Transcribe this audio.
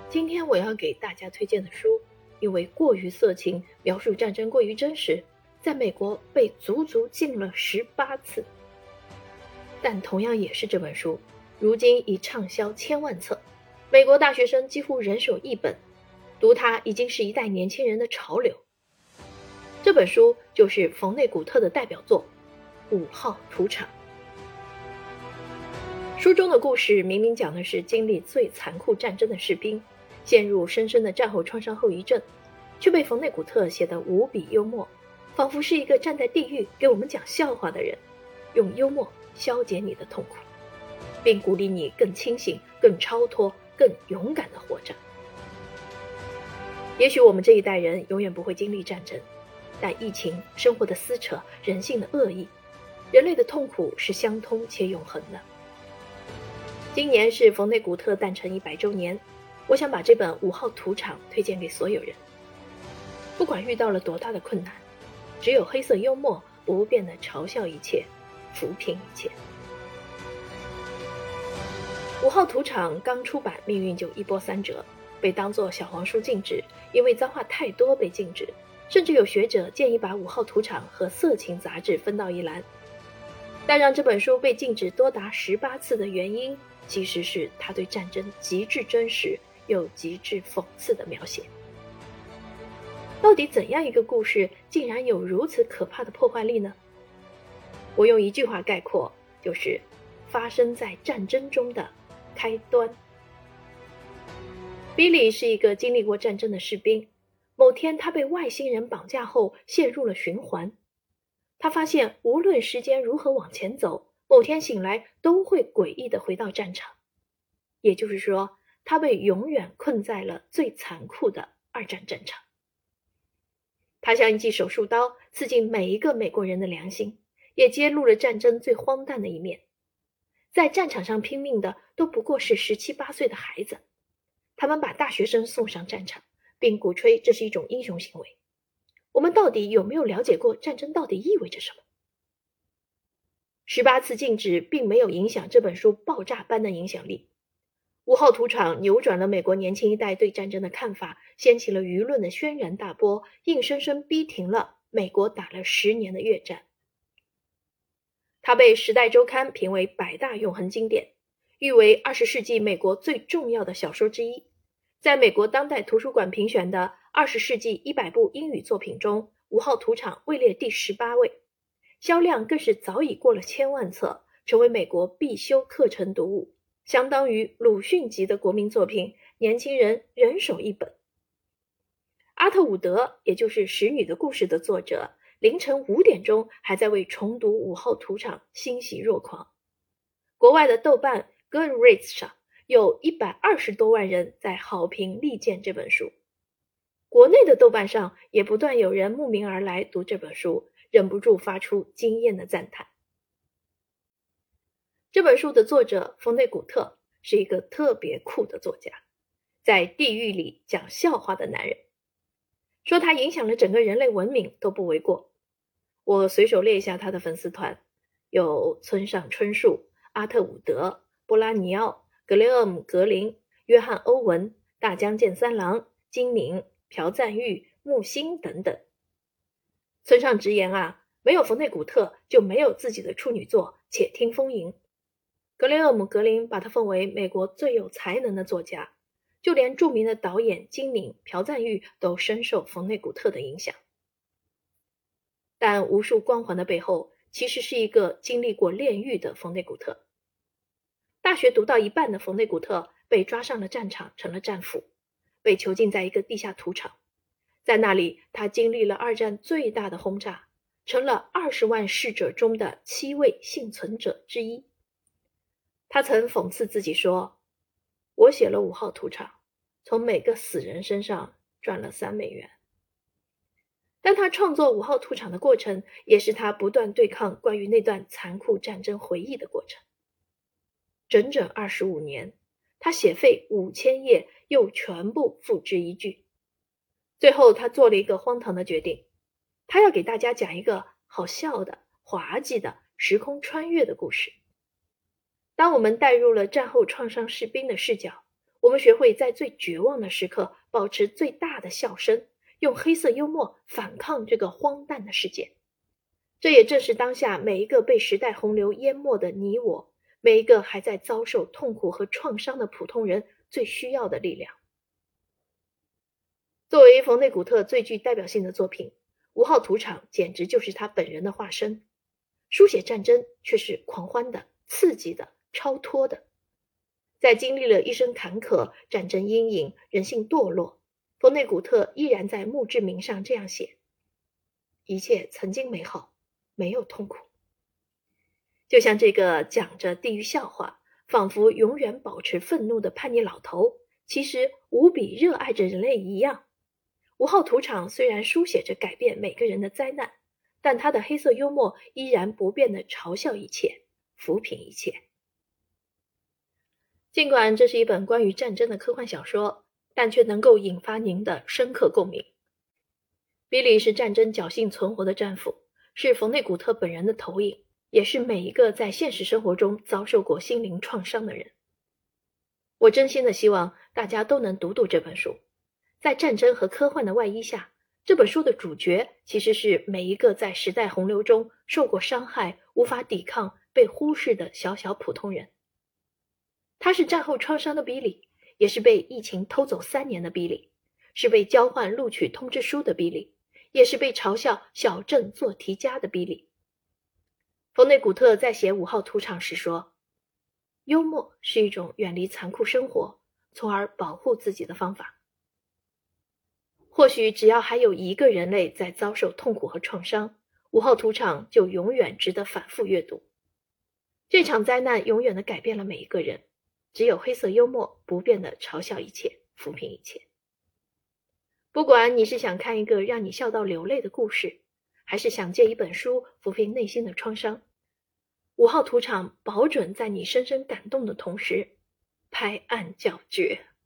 今天我要给大家推荐的书，因为过于色情，描述战争过于真实，在美国被足足禁了18次。但同样也是这本书，如今已畅销1000万册，美国大学生几乎人手一本，读它已经是一代年轻人的潮流。这本书就是冯内古特的代表作《5号屠场》。书中的故事明明讲的是经历最残酷战争的士兵陷入深深的战后创伤后遗症，却被冯内古特写得无比幽默，仿佛是一个站在地狱给我们讲笑话的人，用幽默消解你的痛苦，并鼓励你更清醒、更超脱、更勇敢地活着。也许我们这一代人永远不会经历战争，但疫情、生活的撕扯、人性的恶意，人类的痛苦是相通且永恒的。今年是冯内古特诞辰100周年，我想把这本《5号屠场》推荐给所有人。不管遇到了多大的困难，只有黑色幽默不变地嘲笑一切，抚平一切。《5号屠场》刚出版，命运就一波三折，被当作小黄书禁止，因为脏话太多被禁止，甚至有学者建议把《5号屠场》和色情杂志分到一栏。但让这本书被禁止多达18次的原因，其实是他对战争极致真实又极致讽刺的描写。到底怎样一个故事竟然有如此可怕的破坏力呢？我用一句话概括，就是发生在战争中的开端。比利是一个经历过战争的士兵，某天他被外星人绑架后陷入了循环。他发现无论时间如何往前走，某天醒来都会诡异地回到战场。也就是说，他被永远困在了最残酷的二战战场。他像一记手术刀，刺进每一个美国人的良心，也揭露了战争最荒诞的一面。在战场上拼命的都不过是17、18岁的孩子，他们把大学生送上战场，并鼓吹这是一种英雄行为。我们到底有没有了解过战争到底意味着什么？18次禁止并没有影响这本书爆炸般的影响力。5号屠场扭转了美国年轻一代对战争的看法，掀起了舆论的轩然大波，硬生生逼停了美国打了10年的越战。它被《时代周刊》评为100大永恒经典，誉为20世纪美国最重要的小说之一。在美国当代图书馆评选的20世纪100部英语作品中，5号屠场位列第18位，销量更是早已过了1000万册，成为美国必修课程读物，相当于鲁迅级的国民作品，年轻人人手一本。阿特伍德，也就是《使女的故事》的作者，凌晨5点钟还在为重读5号屠场欣喜若狂。国外的豆瓣 Goodreads 上有120多万人在好评力荐这本书，国内的豆瓣上也不断有人慕名而来读这本书，忍不住发出惊艳的赞叹。这本书的作者冯内古特是一个特别酷的作家，在地狱里讲笑话的男人，说他影响了整个人类文明都不为过。我随手列一下他的粉丝团，有村上春树、阿特伍德、波拉尼奥、格雷厄姆·格林、约翰·欧文、大江健三郎、金敏、朴赞玉、木星等等。村上直言没有冯内古特就没有自己的处女作《且听风吟》。格雷厄姆·格林把他奉为美国最有才能的作家，就连著名的导演金敏、朴赞玉都深受冯内古特的影响。但无数光环的背后，其实是一个经历过炼狱的冯内古特。大学读到一半的冯内古特被抓上了战场，成了战俘，被囚禁在一个地下屠场。在那里，他经历了二战最大的轰炸，成了20万逝者中的7位幸存者之一。他曾讽刺自己说，我写了5号屠场，从每个死人身上赚了3美元。但他创作5号屠场的过程，也是他不断对抗关于那段残酷战争回忆的过程。整整25年，他写废5000页，又全部付之一炬。最后他做了一个荒唐的决定，他要给大家讲一个好笑的、滑稽的时空穿越的故事。当我们带入了战后创伤士兵的视角， 我们学会在最绝望的时刻保持最大的笑声，用黑色幽默反抗这个荒诞的世界。这也正是当下每一个被时代洪流淹没的你我，每一个还在遭受痛苦和创伤的普通人最需要的力量。作为冯内古特最具代表性的作品，5号屠场简直就是他本人的化身。书写战争却是狂欢的、刺激的、超脱的。在经历了一生坎坷、战争阴影、人性堕落，冯内古特依然在墓志铭上这样写：一切曾经美好，没有痛苦。就像这个讲着地狱笑话，仿佛永远保持愤怒的叛逆老头，其实无比热爱着人类一样。5号屠场虽然书写着改变每个人的灾难，但他的黑色幽默依然不变地嘲笑一切，抚平一切。尽管这是一本关于战争的科幻小说，但却能够引发您的深刻共鸣。比利是战争侥幸存活的战俘，是冯内古特本人的投影，也是每一个在现实生活中遭受过心灵创伤的人。我真心的希望大家都能读这本书。在战争和科幻的外衣下，这本书的主角其实是每一个在时代洪流中受过伤害、无法抵抗、被忽视的小小普通人。他是战后创伤的比利，也是被疫情偷走3年的比利，是被交换录取通知书的比利，也是被嘲笑小镇做题家的比利。冯内古特在写5号屠场时说，幽默是一种远离残酷生活，从而保护自己的方法。或许只要还有一个人类在遭受痛苦和创伤，5号屠场就永远值得反复阅读。这场灾难永远地改变了每一个人，只有黑色幽默不变地嘲笑一切，抚平一切。不管你是想看一个让你笑到流泪的故事，还是想借一本书抚平内心的创伤，5号屠场保准在你深深感动的同时，拍案叫绝。